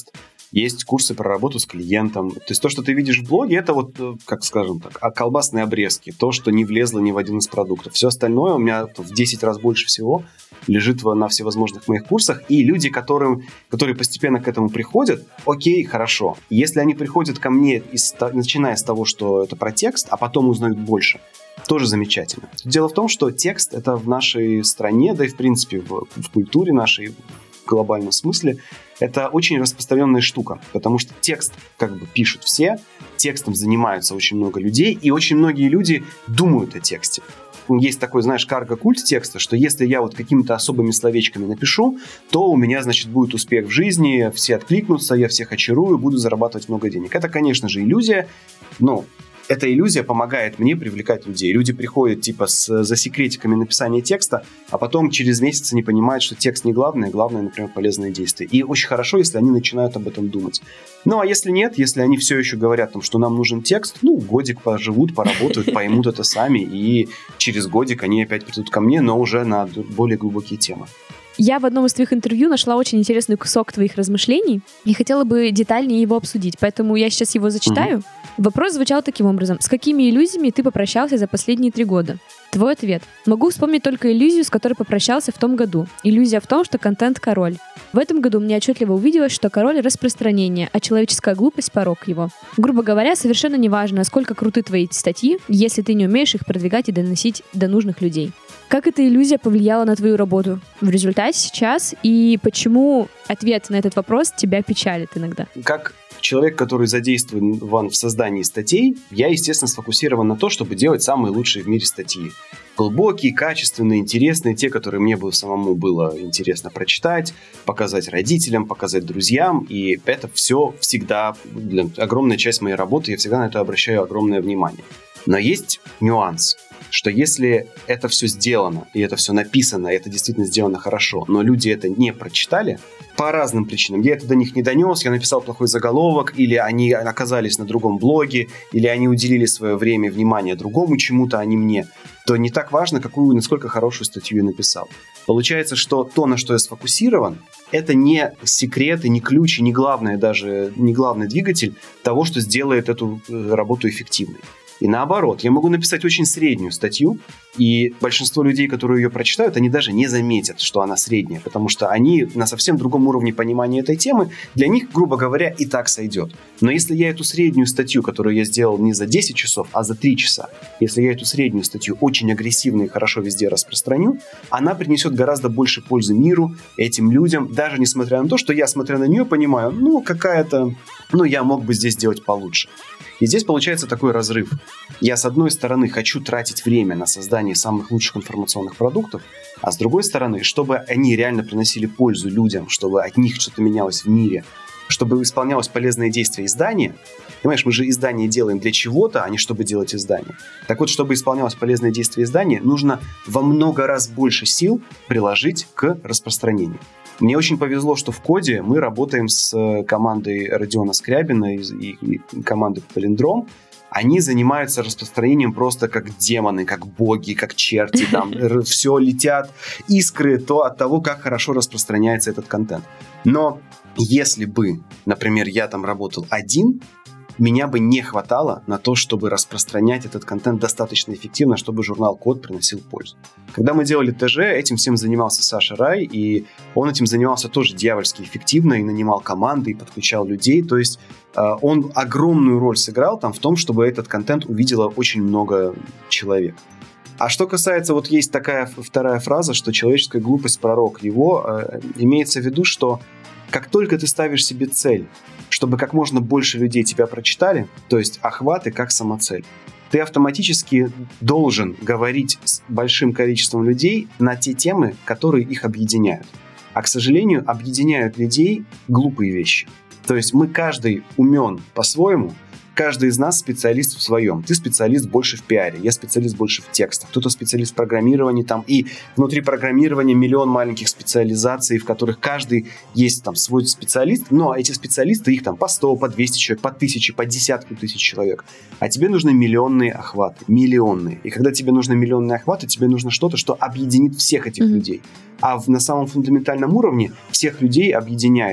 есть курсы про работу с клиентом. То есть то, что ты видишь в блоге, это вот, как скажем так, колбасные обрезки, то, что не влезло ни в один из продуктов. Все остальное у меня в десять раз больше всего лежит на всевозможных моих курсах, и люди, которым, которые постепенно к этому приходят, окей, хорошо. Если они приходят ко мне, из, начиная с того, что это про текст, а потом узнают больше, тоже замечательно. Дело в том, что текст — это в нашей стране, да и в принципе в, в культуре нашей, в глобальном смысле, это очень распространенная штука, потому что текст как бы пишут все, текстом занимаются очень много людей, и очень многие люди думают о тексте. Есть такой, знаешь, карго-культ текста, что если я вот какими-то особыми словечками напишу, то у меня, значит, будет успех в жизни, все откликнутся, я всех очарую, буду зарабатывать много денег. Это, конечно же, иллюзия, но эта иллюзия помогает мне привлекать людей. Люди приходят типа с, за секретиками написания текста, а потом через месяц не понимают, что текст не главное, главное, например, полезное действие. И очень хорошо, если они начинают об этом думать. Ну, а если нет, если они все еще говорят, там, что нам нужен текст, ну, годик поживут, поработают, поймут это сами, и через годик они опять придут ко мне, но уже на более глубокие темы. Я в одном из твоих интервью нашла очень интересный кусок твоих размышлений и хотела бы детальнее его обсудить, поэтому я сейчас его зачитаю. Угу. Вопрос звучал таким образом. С какими иллюзиями ты попрощался за последние три года? Твой ответ. Могу вспомнить только иллюзию, с которой попрощался в том году. Иллюзия в том, что контент — король. В этом году мне отчетливо увиделось, что король — распространение, а человеческая глупость — порок его. Грубо говоря, совершенно неважно, насколько круты твои статьи, если ты не умеешь их продвигать и доносить до нужных людей. Как эта иллюзия повлияла на твою работу в результате сейчас, и почему ответ на этот вопрос тебя печалит иногда? Как человек, который задействован в создании статей, я, естественно, сфокусирован на то, чтобы делать самые лучшие в мире статьи. Глубокие, качественные, интересные, те, которые мне бы самому было интересно прочитать, показать родителям, показать друзьям, и это все всегда, огромная часть моей работы, я всегда на это обращаю огромное внимание. Но есть нюанс, что если это все сделано, и это все написано, и это действительно сделано хорошо, но люди это не прочитали, по разным причинам. Я это до них не донес, я написал плохой заголовок, или они оказались на другом блоге, или они уделили свое время и внимание другому чему-то, а не мне, то не так важно, какую, насколько хорошую статью я написал. Получается, что то, на что я сфокусирован, это не секрет, и не ключ, и не главное даже, не главный двигатель того, что сделает эту работу эффективной. И наоборот, я могу написать очень среднюю статью, и большинство людей, которые ее прочитают, они даже не заметят, что она средняя, потому что они на совсем другом уровне понимания этой темы, для них, грубо говоря, и так сойдет. Но если я эту среднюю статью, которую я сделал не за десять часов, а за три часа, если я эту среднюю статью очень агрессивно и хорошо везде распространю, она принесет гораздо больше пользы миру, этим людям, даже несмотря на то, что я, смотря на нее, понимаю, ну, какая-то, ну, я мог бы здесь сделать получше. И здесь получается такой разрыв. Я, с одной стороны, хочу тратить время на создание самых лучших информационных продуктов, а с другой стороны, чтобы они реально приносили пользу людям, чтобы от них что-то менялось в мире, чтобы исполнялось полезное действие издания. Понимаешь, мы же издание делаем для чего-то, а не чтобы делать издание. Так вот, чтобы исполнялось полезное действие издания, нужно во много раз больше сил приложить к распространению. Мне очень повезло, что в коде мы работаем с командой Родиона Скрябина и, и, и командой Полиндром. Они занимаются распространением просто как демоны, как боги, как черти. Там все летят искры то от того, как хорошо распространяется этот контент. Но если бы, например, я там работал один, меня бы не хватало на то, чтобы распространять этот контент достаточно эффективно, чтобы журнал Код приносил пользу. Когда мы делали ТЖ, этим всем занимался Саша Рай, и он этим занимался тоже дьявольски эффективно, и нанимал команды, и подключал людей. То есть э, он огромную роль сыграл там в том, чтобы этот контент увидело очень много человек. А что касается, вот есть такая вторая фраза, что человеческая глупость — пророк его, э, имеется в виду, что как только ты ставишь себе цель, чтобы как можно больше людей тебя прочитали, то есть охваты как самоцель, ты автоматически должен говорить с большим количеством людей на те темы, которые их объединяют. А, к сожалению, объединяют людей глупые вещи. То есть мы каждый умен по-своему, каждый из нас специалист в своем. Ты специалист больше в пиаре, я специалист больше в текстах, кто-то специалист в программировании, там, и внутри программирования миллион маленьких специализаций, в которых каждый есть там свой специалист, но эти специалисты, их там по сто, по двести человек, по тысяче, по десятку тысяч человек. А тебе нужны миллионные охваты, миллионные. И когда тебе нужны миллионные охваты, тебе нужно что-то, что объединит всех этих mm-hmm. людей. А в, на самом фундаментальном уровне всех людей объединяет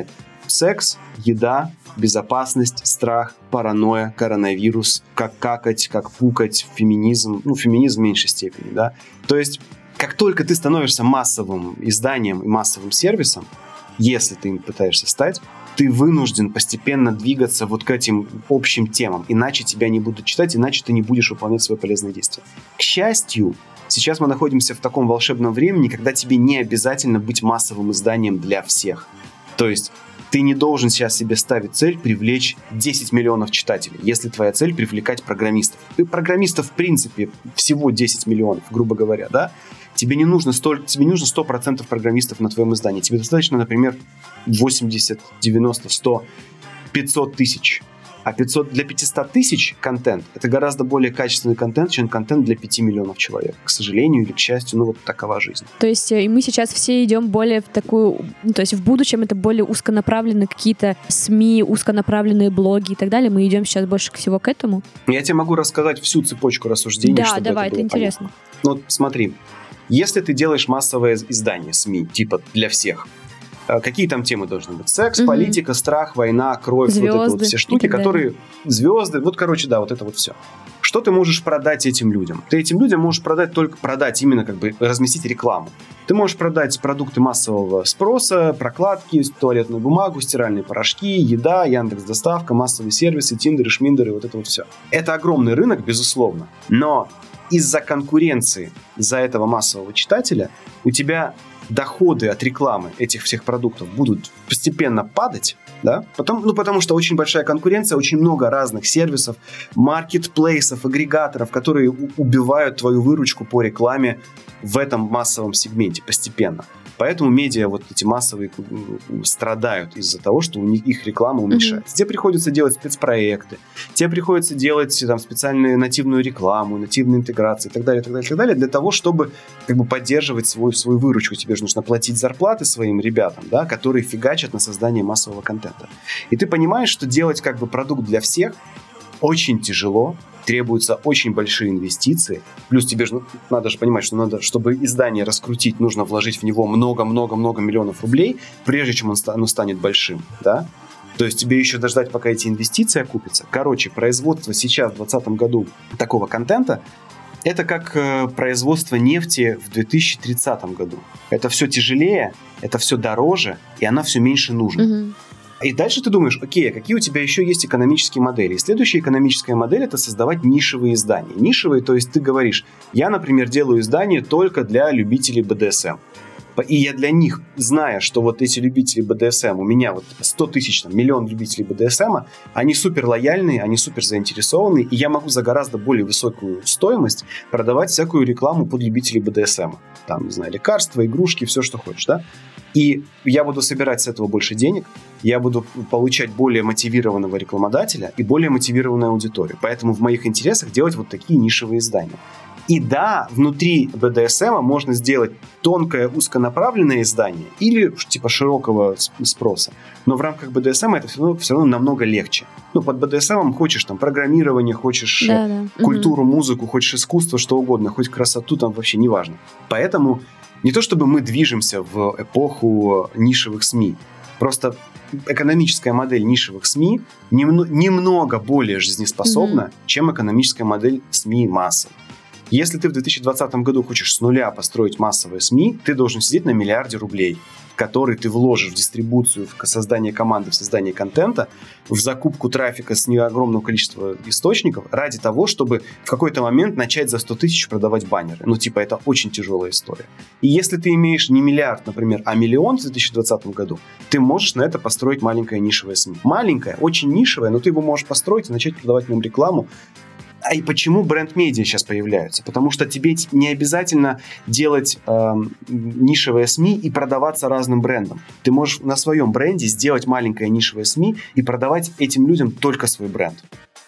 секс, еда, безопасность, страх, паранойя, коронавирус, как какать, как пукать, феминизм, ну, феминизм в меньшей степени, да. То есть, как только ты становишься массовым изданием и массовым сервисом, если ты им пытаешься стать, ты вынужден постепенно двигаться вот к этим общим темам, иначе тебя не будут читать, иначе ты не будешь выполнять свои полезные действия. К счастью, сейчас мы находимся в таком волшебном времени, когда тебе не обязательно быть массовым изданием для всех. То есть ты не должен сейчас себе ставить цель привлечь десять миллионов читателей, если твоя цель привлекать программистов. И программистов, в принципе, всего десять миллионов, грубо говоря, да? Тебе не нужно столь, тебе не нужно сто процентов программистов на твоем издании. Тебе достаточно, например, восемьдесят, девяносто, сто, пятьсот тысяч. А пятьсот, для пятьсот тысяч контент – это гораздо более качественный контент, чем контент для пяти миллионов человек. К сожалению или к счастью, ну вот такова жизнь. То есть и мы сейчас все идем более в такую... Ну, то есть в будущем это более узконаправленные какие-то СМИ, узконаправленные блоги и так далее. Мы идем сейчас больше всего к этому. Я тебе могу рассказать всю цепочку рассуждений, да, чтобы давай, это было это интересно. понятно. Ну, вот смотри. Если ты делаешь массовое издание СМИ, типа для всех, какие там темы должны быть? Секс, угу. политика, страх, война, кровь, звезды, вот это вот все штуки, которые... Звезды, вот, короче, да, вот это вот все. Что ты можешь продать этим людям? Ты этим людям можешь продать только продать, именно как бы разместить рекламу. Ты можешь продать продукты массового спроса, прокладки, туалетную бумагу, стиральные порошки, еда, Яндекс.Доставка, массовые сервисы, тиндеры, шминдеры, вот это вот все. Это огромный рынок, безусловно, но из-за конкуренции за этого массового читателя у тебя доходы от рекламы этих всех продуктов будут постепенно падать, да? Потому, ну, потому что очень большая конкуренция, очень много разных сервисов, маркетплейсов, агрегаторов, которые у- убивают твою выручку по рекламе в этом массовом сегменте постепенно. Поэтому медиа вот эти массовые страдают из-за того, что у них их реклама уменьшается. Mm-hmm. Тебе приходится делать спецпроекты, тебе приходится делать там специальную нативную рекламу, нативные интеграции и так далее, так далее, так далее, для того, чтобы как бы поддерживать свой, свою выручку. Тебе же нужно платить зарплаты своим ребятам, да, которые фигачат на создание массового контента. И ты понимаешь, что делать как бы продукт для всех очень тяжело, требуются очень большие инвестиции. Плюс тебе же, ну, надо же понимать, что надо, чтобы издание раскрутить, нужно вложить в него много-много-много миллионов рублей, прежде чем он ста- оно станет большим, да? То есть тебе еще дождать, пока эти инвестиции окупятся. Короче, производство сейчас, в двадцатом году, такого контента, это как э, производство нефти в две тысячи тридцатом году. Это все тяжелее, это все дороже, и она все меньше нужна. Mm-hmm. И дальше ты думаешь, окей, а какие у тебя еще есть экономические модели? И следующая экономическая модель – это создавать нишевые издания. Нишевые, то есть ты говоришь, я, например, делаю издание только для любителей бэ дэ эс эм. И я для них, зная, что вот эти любители бэ дэ эс эм, у меня вот сто тысяч, там, миллион любителей бэ дэ эс эм, они супер лояльные, они супер заинтересованы, и я могу за гораздо более высокую стоимость продавать всякую рекламу под любителей бэ дэ эс эм. Там, не знаю, лекарства, игрушки, все, что хочешь, да? И я буду собирать с этого больше денег, я буду получать более мотивированного рекламодателя и более мотивированную аудиторию. Поэтому в моих интересах делать вот такие нишевые издания. И да, внутри бэ дэ эс эм можно сделать тонкое, узконаправленное издание или типа широкого спроса. Но в рамках бэ дэ эс эм это все равно, все равно намного легче. Ну, под бэ дэ эс эм хочешь там программирование, хочешь да, да. культуру, угу. музыку, хочешь искусство, что угодно, хоть красоту, там вообще не важно. Поэтому не то чтобы мы движемся в эпоху нишевых СМИ, просто экономическая модель нишевых СМИ немно, немного более жизнеспособна, mm-hmm. чем экономическая модель СМИ массы. Если ты в две тысячи двадцатом году хочешь с нуля построить массовые СМИ, ты должен сидеть на миллиарде рублей, который ты вложишь в дистрибуцию, в создание команды, в создание контента, в закупку трафика с неогромного количества источников ради того, чтобы в какой-то момент начать за сто тысяч продавать баннеры. Ну, типа, это очень тяжелая история. И если ты имеешь не миллиард, например, а миллион в две тысячи двадцатом году, ты можешь на это построить маленькое нишевое СМИ. Маленькое, очень нишевое, но ты его можешь построить и начать продавать в нем рекламу. А и почему бренд-медиа сейчас появляются? Потому что тебе не обязательно делать э, нишевые СМИ и продаваться разным брендам. Ты можешь на своем бренде сделать маленькое нишевое СМИ и продавать этим людям только свой бренд.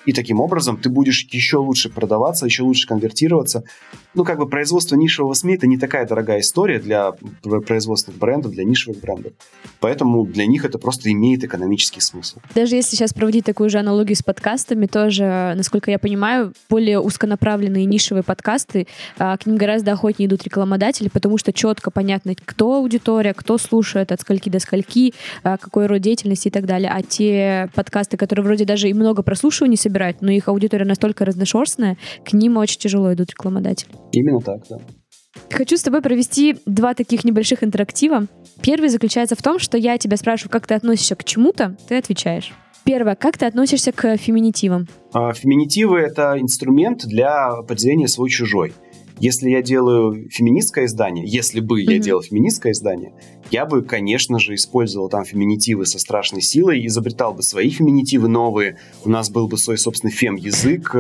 И таким образом ты будешь еще лучше продаваться, еще лучше конвертироваться. Ну, как бы производство нишевого СМИ – это не такая дорогая история для производственных брендов, для нишевых брендов. Поэтому для них это просто имеет экономический смысл. Даже если сейчас проводить такую же аналогию с подкастами, тоже, насколько я понимаю, более узконаправленные нишевые подкасты, к ним гораздо охотнее идут рекламодатели, потому что четко понятно, кто аудитория, кто слушает, от скольки до скольки, какой род деятельности и так далее. А те подкасты, которые вроде даже и много прослушиваний собирают, но их аудитория настолько разношерстная, к ним очень тяжело идут рекламодатели. Именно так, да. Хочу с тобой провести два таких небольших интерактива. Первый заключается в том, что я тебя спрашиваю, как ты относишься к чему-то, ты отвечаешь. Первое, как ты относишься к феминитивам? Феминитивы — это инструмент для определения свой-чужой. Если я делаю феминистское издание, если бы mm-hmm. я делал феминистское издание, я бы, конечно же, использовал там феминитивы со страшной силой, изобретал бы свои феминитивы новые, у нас был бы свой собственный фем-язык,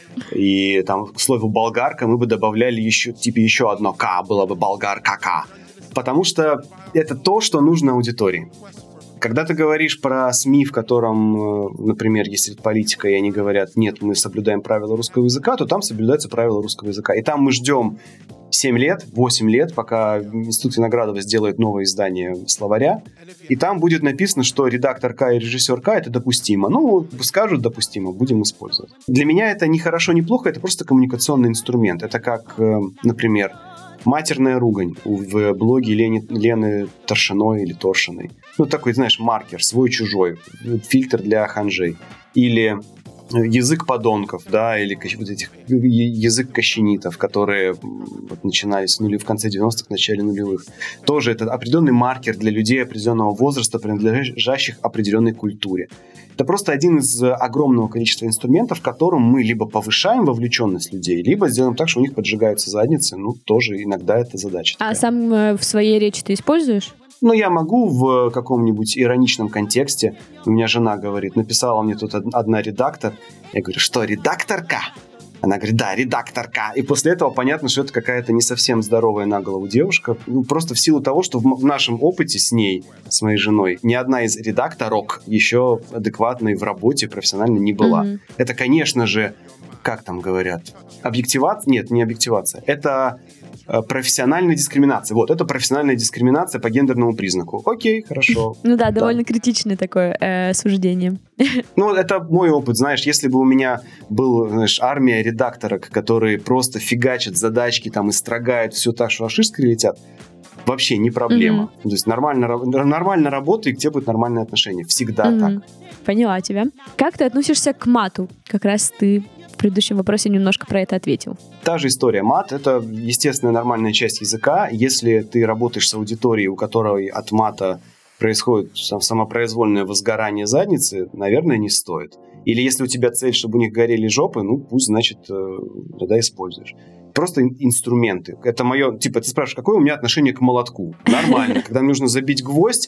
и там к слову болгарка мы бы добавляли еще, типа еще одно «к», было бы болгарка-к, потому что это то, что нужно аудитории. Когда ты говоришь про СМИ, в котором, например, если это политика, и они говорят, нет, мы соблюдаем правила русского языка, то там соблюдаются правила русского языка. И там мы ждем семь лет, восемь лет, пока Институт Виноградова сделает новое издание словаря, и там будет написано, что редактор К и режиссер К — это допустимо. Ну, скажут допустимо, будем использовать. Для меня это не хорошо, не плохо, это просто коммуникационный инструмент. Это как, например, матерная ругань в блоге Лени, Лены Торшиной или Торшиной. Ну, такой, знаешь, маркер, свой-чужой, фильтр для ханжей. Или язык подонков, да, или вот этих, язык кощенитов, которые вот, начинались в, нули, в конце девяностых, в начале нулевых. Тоже это определенный маркер для людей определенного возраста, принадлежащих определенной культуре. Это просто один из огромного количества инструментов, которым мы либо повышаем вовлеченность людей, либо сделаем так, что у них поджигаются задницы. Ну, тоже иногда это задача. А такая. сам э, в своей речи ты используешь? Ну, я могу в каком-нибудь ироничном контексте. У меня жена говорит, написала мне тут одна редактор. Я говорю, что, редакторка? Она говорит, да, редакторка. И после этого понятно, что это какая-то не совсем здоровая на голову девушка. Ну, просто в силу того, что в, в нашем опыте с ней, с моей женой, ни одна из редакторок еще адекватной в работе профессионально не была. Mm-hmm. Это, конечно же, как там говорят, объективация? Нет, не объективация. Это профессиональная дискриминация. Вот, это профессиональная дискриминация по гендерному признаку. Окей, хорошо. Ну да, довольно критичное такое э, суждение. Ну, это мой опыт, знаешь, если бы у меня был, знаешь, армия редакторок, которые просто фигачат задачки, там, и строгают все так, что аж искры летят, вообще не проблема. Mm-hmm. То есть нормально, нормально работай, где будут нормальные отношения. Всегда mm-hmm. так. Поняла тебя. Как ты относишься к мату? Как раз ты в предыдущем вопросе немножко про это ответил. Та же история. Мат — это естественная нормальная часть языка. Если ты работаешь с аудиторией, у которой от мата происходит самопроизвольное возгорание задницы, наверное, не стоит. Или если у тебя цель, чтобы у них горели жопы, ну, пусть, значит, тогда используешь. Просто инструменты. Это мое... Типа, ты спрашиваешь, какое у меня отношение к молотку? Нормально. Когда мне нужно забить гвоздь,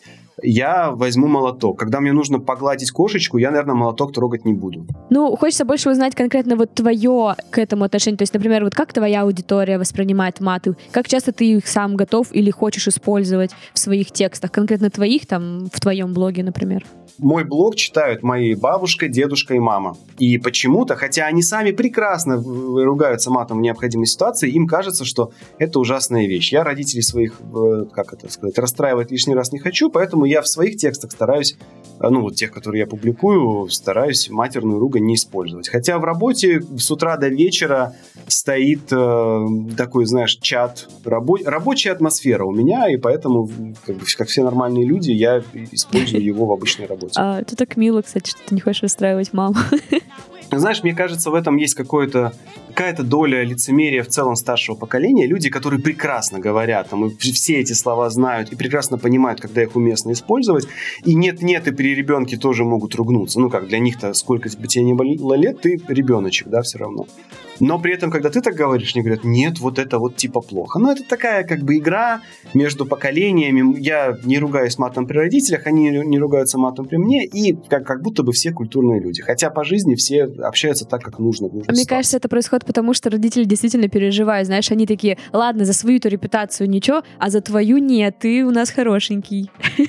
я возьму молоток. Когда мне нужно погладить кошечку, я, наверное, молоток трогать не буду. Ну, хочется больше узнать конкретно вот твое к этому отношение. То есть, например, вот как твоя аудитория воспринимает маты? Как часто ты их сам готов или хочешь использовать в своих текстах? Конкретно твоих, там, в твоем блоге, например? Мой блог читают мои бабушка, дедушка и мама. И почему-то, хотя они сами прекрасно ругаются матом в необходимой ситуации, им кажется, что это ужасная вещь. Я родителей своих, как это сказать, расстраивать лишний раз не хочу, поэтому я в своих текстах стараюсь, ну вот тех, которые я публикую, стараюсь матерную ругань не использовать. Хотя в работе с утра до вечера стоит э, такой, знаешь, чат, рабо- рабочая атмосфера у меня, и поэтому, как, бы, как все нормальные люди, я использую его в обычной работе. А, это так мило, кстати, что ты не хочешь расстраивать маму. Знаешь, мне кажется, в этом есть какое-то, какая-то доля лицемерия в целом старшего поколения. Люди, которые прекрасно говорят, там, и все эти слова знают и прекрасно понимают, когда их уместно использовать. И нет-нет, и при ребенке тоже могут ругнуться. Ну как, для них-то сколько бы тебе ни было лет, ты ребеночек, да, все равно. Но при этом, когда ты так говоришь, они говорят, нет, вот это вот типа плохо. Ну, это такая как бы игра между поколениями. Я не ругаюсь матом при родителях, они не ругаются матом при мне, и как, как будто бы все культурные люди. Хотя по жизни все общаются так, как нужно. нужно Мне кажется, это происходит потому, что родители действительно переживают. Знаешь, они такие, ладно, за свою-то репутацию ничего, а за твою нет, ты у нас хорошенький.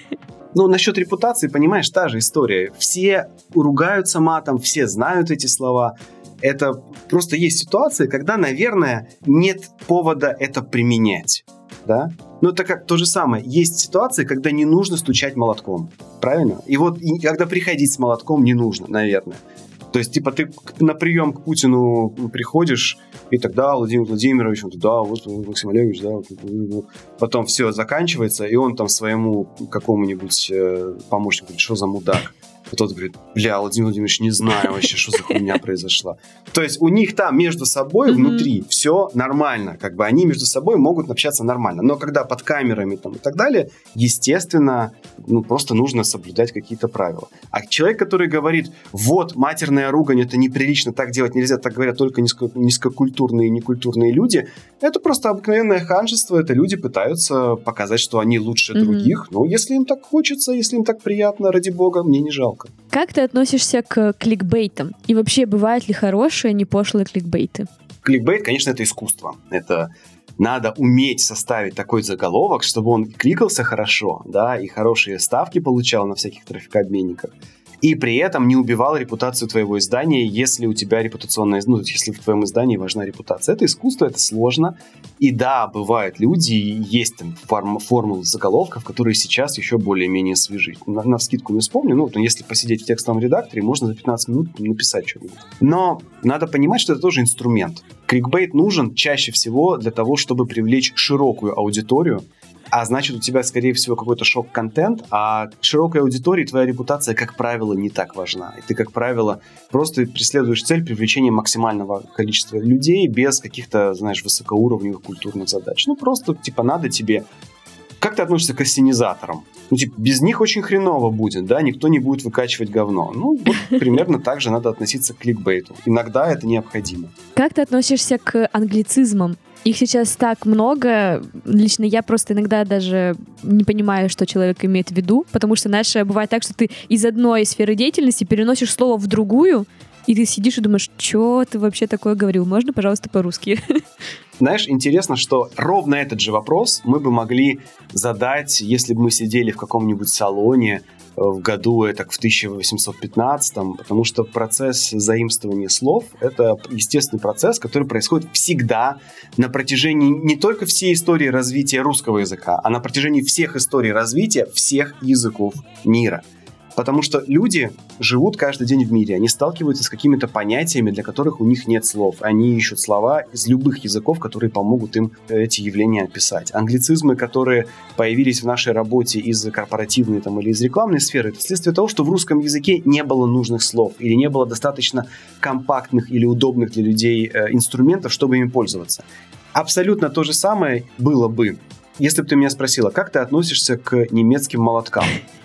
Ну, насчет репутации, понимаешь, та же история. Все ругаются матом, все знают эти слова. Это просто есть ситуации, когда, наверное, нет повода это применять. Да? Ну, это как то же самое. Есть ситуации, когда не нужно стучать молотком. Правильно? И вот и когда приходить с молотком не нужно, наверное. То есть, типа, ты на прием к Путину приходишь, и тогда Владимир Владимирович, он, да, вот Максим Олегович, да, вот, потом все заканчивается, и он там своему какому-нибудь э, помощнику говорит, что за мудак? А тот говорит, бля, Владимир Владимирович, не знаю вообще, что за хуйня произошла. То есть у них там между собой, mm-hmm. внутри, все нормально. Как бы они между собой могут общаться нормально. Но когда под камерами там, и так далее, естественно, ну, просто нужно соблюдать какие-то правила. А человек, который говорит, вот, матерная ругань, это неприлично, так делать нельзя, так говорят только низко, низкокультурные и некультурные люди, это просто обыкновенное ханжество. Это люди пытаются показать, что они лучше mm-hmm. других. Но если им так хочется, если им так приятно, ради бога, мне не жалко. Как ты относишься к кликбейтам? И вообще, бывают ли хорошие, не пошлые кликбейты? Кликбейт, конечно, это искусство. Это надо уметь составить такой заголовок, чтобы он кликался хорошо, да, и хорошие ставки получал на всяких трафикообменниках. И при этом не убивал репутацию твоего издания, если у тебя репутационная, ну, если в твоем издании важна репутация. Это искусство, это сложно. И да, бывают люди, есть там форм, формулы заголовков, которые сейчас еще более-менее свежи. На, навскидку не вспомню, ну, если посидеть в текстовом редакторе, можно за пятнадцать минут написать что-нибудь. Но надо понимать, что это тоже инструмент. Кликбейт нужен чаще всего для того, чтобы привлечь широкую аудиторию, а значит, у тебя, скорее всего, какой-то шок-контент, а к широкой аудитории твоя репутация, как правило, не так важна. И ты, как правило, просто преследуешь цель привлечения максимального количества людей без каких-то, знаешь, высокоуровневых культурных задач. Ну, просто, типа, надо тебе... Как ты относишься к ассенизаторам? Ну, типа, без них очень хреново будет, да, никто не будет выкачивать говно. Ну, вот примерно так же надо относиться к кликбейту. Иногда это необходимо. Как ты относишься к англицизмам? Их сейчас так много. Лично я просто иногда даже не понимаю, что человек имеет в виду, потому что, знаешь, бывает так, что ты из одной сферы деятельности переносишь слово в другую, и ты сидишь и думаешь, что ты вообще такое говорил? Можно, пожалуйста, по-русски? Знаешь, интересно, что ровно этот же вопрос мы бы могли задать, если бы мы сидели в каком-нибудь салоне в году это в тысяча восемьсот пятнадцатом, потому что процесс заимствования слов — это естественный процесс, который происходит всегда на протяжении не только всей истории развития русского языка, а на протяжении всех историй развития всех языков мира. Потому что люди живут каждый день в мире, они сталкиваются с какими-то понятиями, для которых у них нет слов. Они ищут слова из любых языков, которые помогут им эти явления описать. Англицизмы, которые появились в нашей работе из корпоративной там, или из рекламной сферы, это следствие того, что в русском языке не было нужных слов или не было достаточно компактных или удобных для людей э, инструментов, чтобы ими пользоваться. Абсолютно то же самое было бы, если бы ты меня спросила, как ты относишься к немецким молоткам?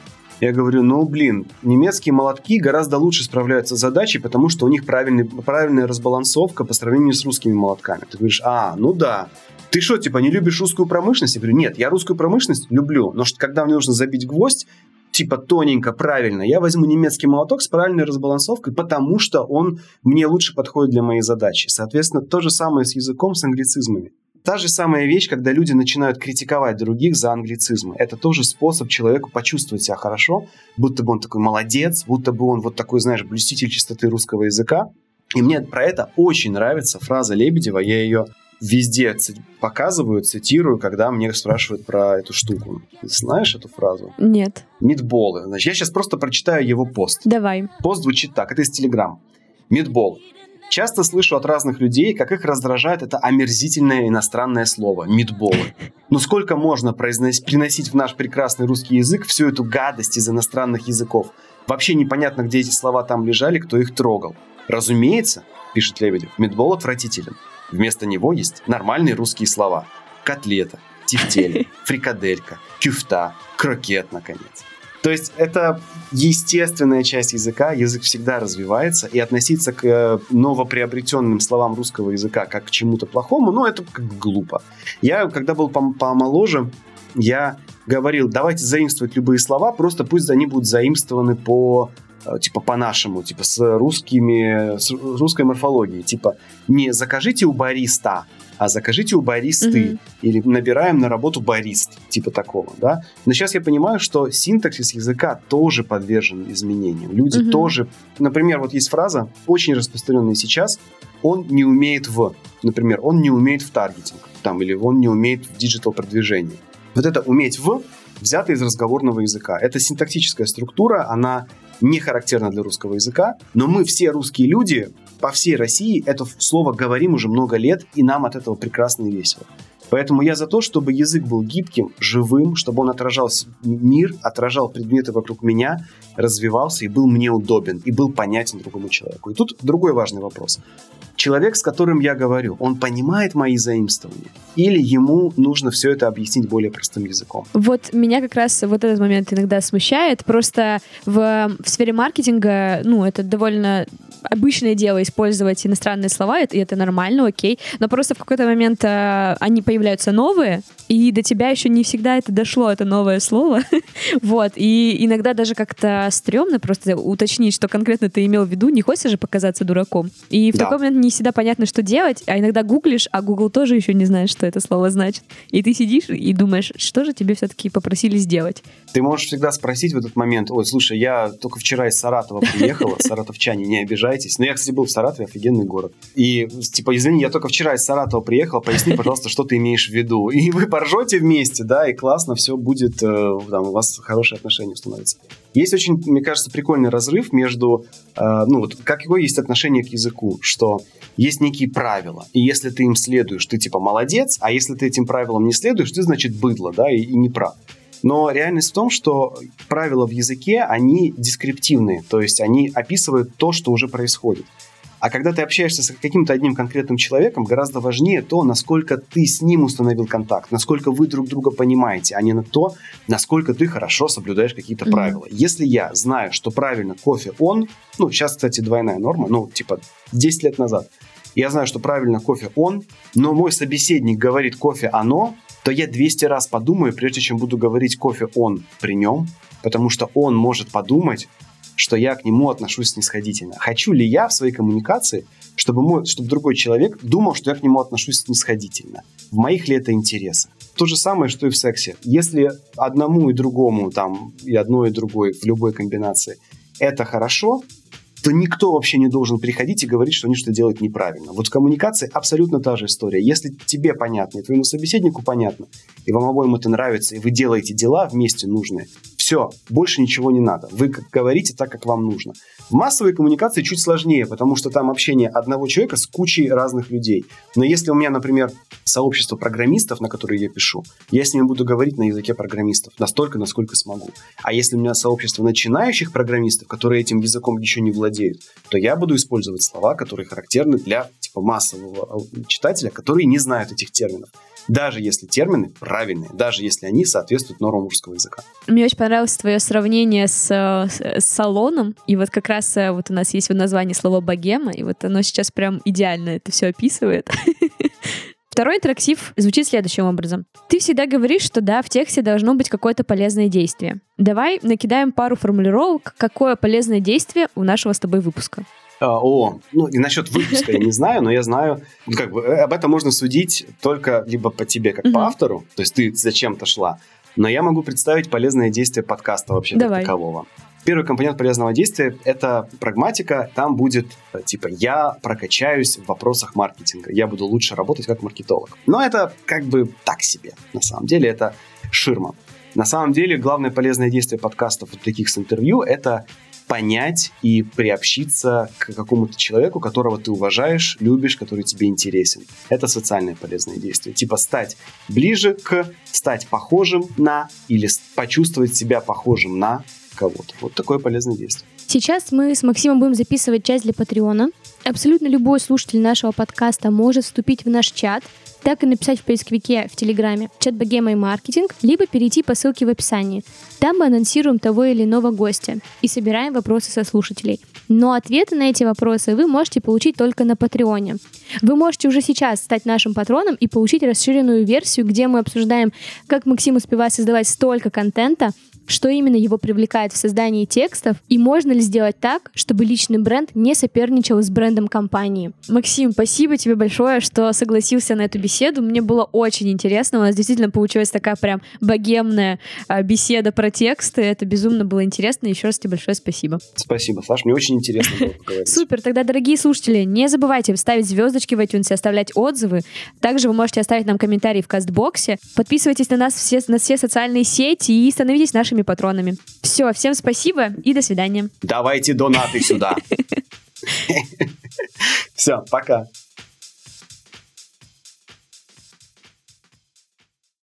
Я говорю, ну, блин, немецкие молотки гораздо лучше справляются с задачей, потому что у них правильный, правильная разбалансовка по сравнению с русскими молотками. Ты говоришь, а, ну да. Ты что, типа, не любишь русскую промышленность? Я говорю, нет, я русскую промышленность люблю, но когда мне нужно забить гвоздь, типа, тоненько, правильно, я возьму немецкий молоток с правильной разбалансовкой, потому что он мне лучше подходит для моей задачи. Соответственно, то же самое с языком, с англицизмами. Та же самая вещь, когда люди начинают критиковать других за англицизмы. Это тоже способ человеку почувствовать себя хорошо, будто бы он такой молодец, будто бы он вот такой, знаешь, блюститель чистоты русского языка. И мне про это очень нравится фраза Лебедева. Я ее везде показываю, цитирую, когда мне спрашивают про эту штуку. Знаешь эту фразу? Нет. Митболы. Значит, я сейчас просто прочитаю его пост. Давай. Пост звучит так. Это из Телеграм. Митболы. Часто слышу от разных людей, как их раздражает это омерзительное иностранное слово – митболы. Но сколько можно произносить, приносить в наш прекрасный русский язык всю эту гадость из иностранных языков? Вообще непонятно, где эти слова там лежали, кто их трогал. Разумеется, пишет Лебедев, митбол отвратителен. Вместо него есть нормальные русские слова. Котлета, тефтели, фрикаделька, кюфта, крокет, наконец. То есть это естественная часть языка, язык всегда развивается, и относиться к новоприобретенным словам русского языка как к чему-то плохому, ну, это как бы глупо. Я, когда был помоложе, я говорил, давайте заимствовать любые слова, просто пусть они будут заимствованы по типа по-нашему, типа с русскими, с русской морфологией, типа не закажите у бариста, а закажите у баристы, mm-hmm. или набираем на работу барист, типа такого, да. Но сейчас я понимаю, что синтаксис языка тоже подвержен изменениям. Люди mm-hmm. тоже... Например, вот есть фраза, очень распространенная сейчас, он не умеет в... Например, он не умеет в таргетинг, там, или он не умеет в диджитал-продвижении. Вот это «уметь в» взято из разговорного языка. Это синтаксическая структура, она не характерна для русского языка, но мы все русские люди по всей России это слово говорим уже много лет, и нам от этого прекрасно и весело. Поэтому я за то, чтобы язык был гибким, живым, чтобы он отражал мир, отражал предметы вокруг меня, развивался и был мне удобен, и был понятен другому человеку. И тут другой важный вопрос. Человек, с которым я говорю, он понимает мои заимствования? Или ему нужно все это объяснить более простым языком? Вот меня как раз вот этот момент иногда смущает. Просто в, в сфере маркетинга, ну, это довольно обычное дело использовать иностранные слова, и это нормально, окей. Но просто в какой-то момент э, они появляются новые, и до тебя еще не всегда это дошло, это новое слово. Вот. И иногда даже как-то стрёмно просто уточнить, что конкретно ты имел в виду. Не хочешь же показаться дураком. И в да. такой момент не всегда понятно, что делать, а иногда гуглишь, а Google тоже еще не знает, что это слово значит. И ты сидишь и думаешь, что же тебе все-таки попросили сделать. Ты можешь всегда спросить в этот момент: ой, слушай, я только вчера из Саратова приехала, саратовчане, не обижайтесь. Но я, кстати, был в Саратове, офигенный город. И, типа, извини, я только вчера из Саратова приехала, поясни, пожалуйста, что ты имеешь в виду. И вы поржете вместе, да, и классно все будет, там, у вас хорошие отношения установятся. Есть очень, мне кажется, прикольный разрыв между, э, ну вот, какое есть отношение к языку, что есть некие правила, и если ты им следуешь, ты типа молодец, а если ты этим правилам не следуешь, ты, значит, быдло, да, и, и не прав. Но реальность в том, что правила в языке, они дескриптивные, то есть они описывают то, что уже происходит. А когда ты общаешься с каким-то одним конкретным человеком, гораздо важнее то, насколько ты с ним установил контакт, насколько вы друг друга понимаете, а не на то, насколько ты хорошо соблюдаешь какие-то mm-hmm. правила. Если я знаю, что правильно кофе он, ну, сейчас, кстати, двойная норма, ну, типа десять лет назад, я знаю, что правильно кофе он, но мой собеседник говорит кофе оно, то я двести раз подумаю, прежде чем буду говорить кофе он при нем, потому что он может подумать, что я к нему отношусь снисходительно. Хочу ли я в своей коммуникации, чтобы, мой, чтобы другой человек думал, что я к нему отношусь снисходительно? В моих ли это интересах? То же самое, что и в сексе. Если одному и другому, там, и одной, и другой, в любой комбинации, это хорошо, то никто вообще не должен приходить и говорить, что они что-то делают неправильно. Вот в коммуникации абсолютно та же история. Если тебе понятно, и твоему собеседнику понятно, и вам обоим это нравится, и вы делаете дела вместе нужные, все, больше ничего не надо. Вы как говорите так, как вам нужно. В массовой коммуникации чуть сложнее, потому что там общение одного человека с кучей разных людей. Но если у меня, например, сообщество программистов, на которые я пишу, я с ними буду говорить на языке программистов настолько, насколько смогу. А если у меня сообщество начинающих программистов, которые этим языком еще не владеют, то я буду использовать слова, которые характерны для типа массового читателя, которые не знают этих терминов. Даже если термины правильные, даже если они соответствуют нормам русского языка. Мне очень понравилось твое сравнение с, с, с салоном, и вот как раз вот у нас есть в названии слово «богема», и вот оно сейчас прям идеально это все описывает. Второй интерактив звучит следующим образом. Ты всегда говоришь, что да, в тексте должно быть какое-то полезное действие. Давай накидаем пару формулировок, какое полезное действие у нашего с тобой выпуска. О, ну и насчет выпуска я не знаю, но я знаю, ну, как бы об этом можно судить только либо по тебе, как uh-huh. по автору, то есть ты зачем-то шла, но я могу представить полезное действие подкаста вообще как такового. Первый компонент полезного действия – это прагматика. Там будет, типа, я прокачаюсь в вопросах маркетинга. Я буду лучше работать как маркетолог. Но это как бы так себе. На самом деле это ширма. На самом деле главное полезное действие подкастов вот таких с интервью – это понять и приобщиться к какому-то человеку, которого ты уважаешь, любишь, который тебе интересен. Это социальное полезное действие. Типа стать ближе к, стать похожим на или почувствовать себя похожим на кого-то. Вот такое полезное действие. Сейчас мы с Максимом будем записывать часть для Патреона. Абсолютно любой слушатель нашего подкаста может вступить в наш чат, так и написать в поисковике в Телеграме чат «Богема и маркетинг», либо перейти по ссылке в описании. Там мы анонсируем того или иного гостя и собираем вопросы со слушателей. Но ответы на эти вопросы вы можете получить только на Патреоне. Вы можете уже сейчас стать нашим патроном и получить расширенную версию, где мы обсуждаем, как Максим успевает создавать столько контента, что именно его привлекает в создании текстов и можно ли сделать так, чтобы личный бренд не соперничал с брендом компании. Максим, спасибо тебе большое, что согласился на эту беседу. Мне было очень интересно. У нас действительно получилась такая прям богемная а, беседа про тексты. Это безумно было интересно. Еще раз тебе большое спасибо. Спасибо, Саш. Мне очень интересно было поговорить. Супер. Тогда, дорогие слушатели, не забывайте ставить звездочки в iTunes, оставлять отзывы. Также вы можете оставить нам комментарии в Кастбоксе. Подписывайтесь на нас все, на все социальные сети и становитесь нашими патронами. Все, всем спасибо и до свидания. Давайте донаты сюда. Все, пока.